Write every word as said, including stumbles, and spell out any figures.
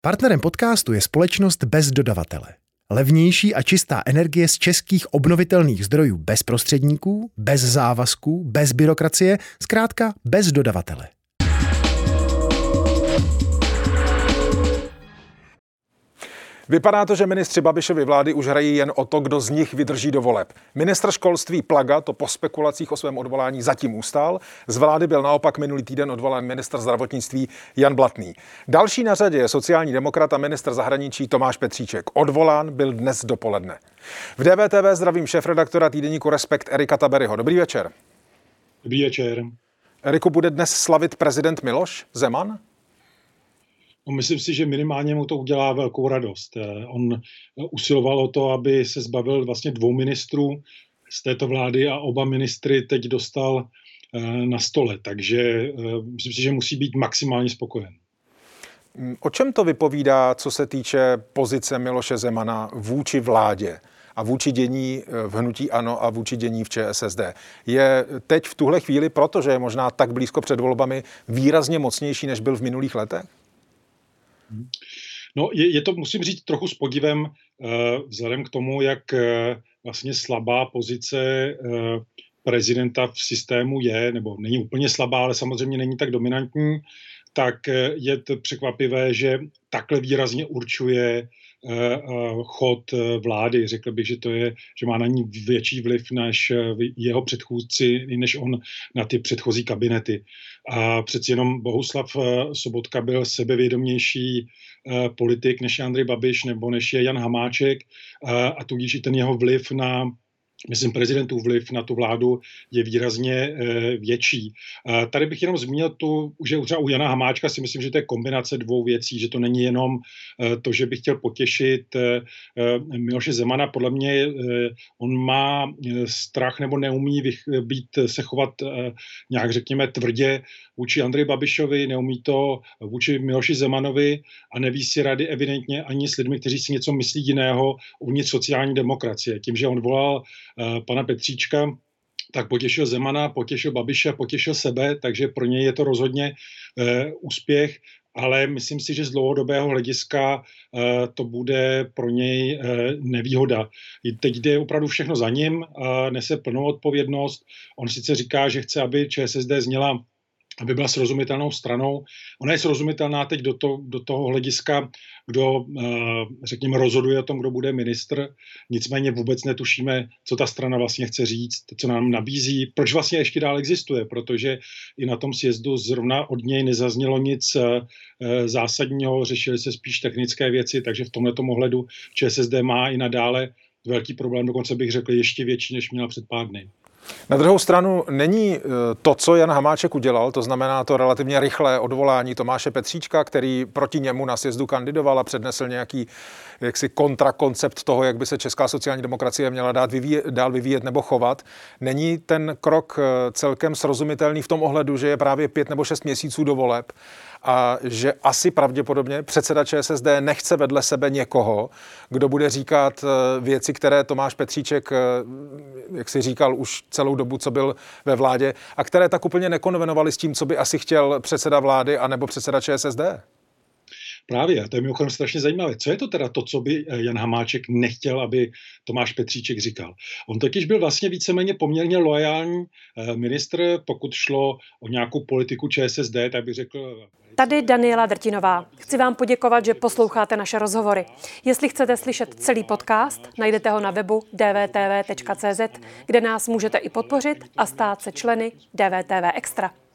Partnerem podcastu je společnost Bez dodavatele. Levnější a čistá energie z českých obnovitelných zdrojů bez prostředníků, bez závazků, bez byrokracie, zkrátka bez dodavatele. Vypadá to, že ministři Babišovy vlády už hrají jen o to, kdo z nich vydrží do voleb. Ministr školství Plaga to po spekulacích o svém odvolání zatím ustál. Z vlády byl naopak minulý týden odvolán ministr zdravotnictví Jan Blatný. Další na řadě je sociální demokrat a ministr zahraničí Tomáš Petříček. Odvolán byl dnes dopoledne. V D V T V zdravím šéfredaktora týdeníku Respekt Erika Taberyho. Dobrý večer. Dobrý večer. Eriku, bude dnes slavit prezident Miloš Zeman? No, myslím si, že minimálně mu to udělá velkou radost. On usiloval o to, aby se zbavil vlastně dvou ministrů z této vlády a oba ministry teď dostal na stole. Takže myslím si, že musí být maximálně spokojen. O čem to vypovídá, co se týče pozice Miloše Zemana vůči vládě a vůči dění v hnutí ANO a vůči dění v Č S S D? Je teď v tuhle chvíli, protože je možná tak blízko před volbami, výrazně mocnější, než byl v minulých letech? No, je, je to, musím říct, trochu s podivem vzhledem k tomu, jak vlastně slabá pozice prezidenta v systému je, nebo není úplně slabá, ale samozřejmě není tak dominantní, tak je to překvapivé, že takhle výrazně určuje chod vlády. Řekl bych, že to je, že má na ní větší vliv než jeho předchůdci, než on na ty předchozí kabinety. A přeci jenom Bohuslav Sobotka byl sebevědomější politik než je Andrej Babiš nebo než je Jan Hamáček a tudíž i ten jeho vliv na Myslím, prezidentův vliv na tu vládu je výrazně e, větší. E, tady bych jenom zmínil tu, že třeba u Jana Hamáčka si myslím, že to je kombinace dvou věcí, že to není jenom e, to, že bych chtěl potěšit e, Miloše Zemana. Podle mě e, on má e, strach nebo neumí vych, být, se chovat e, nějak, řekněme, tvrdě vůči Andreji Babišovi, neumí to vůči Miloši Zemanovi a neví si rady evidentně ani s lidmi, kteří si něco myslí jiného uvnitř sociální demokracie. Tím, že on volal pana Petříčka, tak potěšil Zemana, potěšil Babiše, potěšil sebe, takže pro něj je to rozhodně e, úspěch, ale myslím si, že z dlouhodobého hlediska e, to bude pro něj e, nevýhoda. I teď jde opravdu všechno za ním, e, nese plnou odpovědnost. On sice říká, že chce, aby Č S S D zněla, aby byla srozumitelnou stranou. Ona je srozumitelná teď do, to, do toho hlediska, kdo, řekněme, rozhoduje o tom, kdo bude ministr. Nicméně vůbec netušíme, co ta strana vlastně chce říct, co nám nabízí, proč vlastně ještě dál existuje, protože i na tom sjezdu zrovna od něj nezaznělo nic zásadního, řešily se spíš technické věci, takže v tomhletom ohledu Č S S D má i nadále velký problém, dokonce bych řekl ještě větší, než měla před pár dny. Na druhou stranu není to, co Jan Hamáček udělal, to znamená to relativně rychlé odvolání Tomáše Petříčka, který proti němu na sjezdu kandidoval a přednesl nějaký jaksi kontrakoncept toho, jak by se česká sociální demokracie měla dát vyvíjet, dál vyvíjet nebo chovat. Není ten krok celkem srozumitelný v tom ohledu, že je právě pět nebo šest měsíců do voleb a že asi pravděpodobně předseda Č S S D nechce vedle sebe někoho, kdo bude říkat věci, které Tomáš Petříček, jak si říkal už celou dobu, co byl ve vládě, a které tak úplně nekonvenovaly s tím, co by asi chtěl předseda vlády anebo předseda Č S S D. Právě, to je mimochodem strašně zajímavé. Co je to teda to, co by Jan Hamáček nechtěl, aby Tomáš Petříček říkal? On totiž byl vlastně víceméně poměrně loajální ministr, pokud šlo o nějakou politiku Č S S D, tak bych řekl... Tady Daniela Drtinová. Chci vám poděkovat, že posloucháte naše rozhovory. Jestli chcete slyšet celý podcast, najdete ho na webu d v t v tečka c z, kde nás můžete i podpořit a stát se členy D V T V Extra.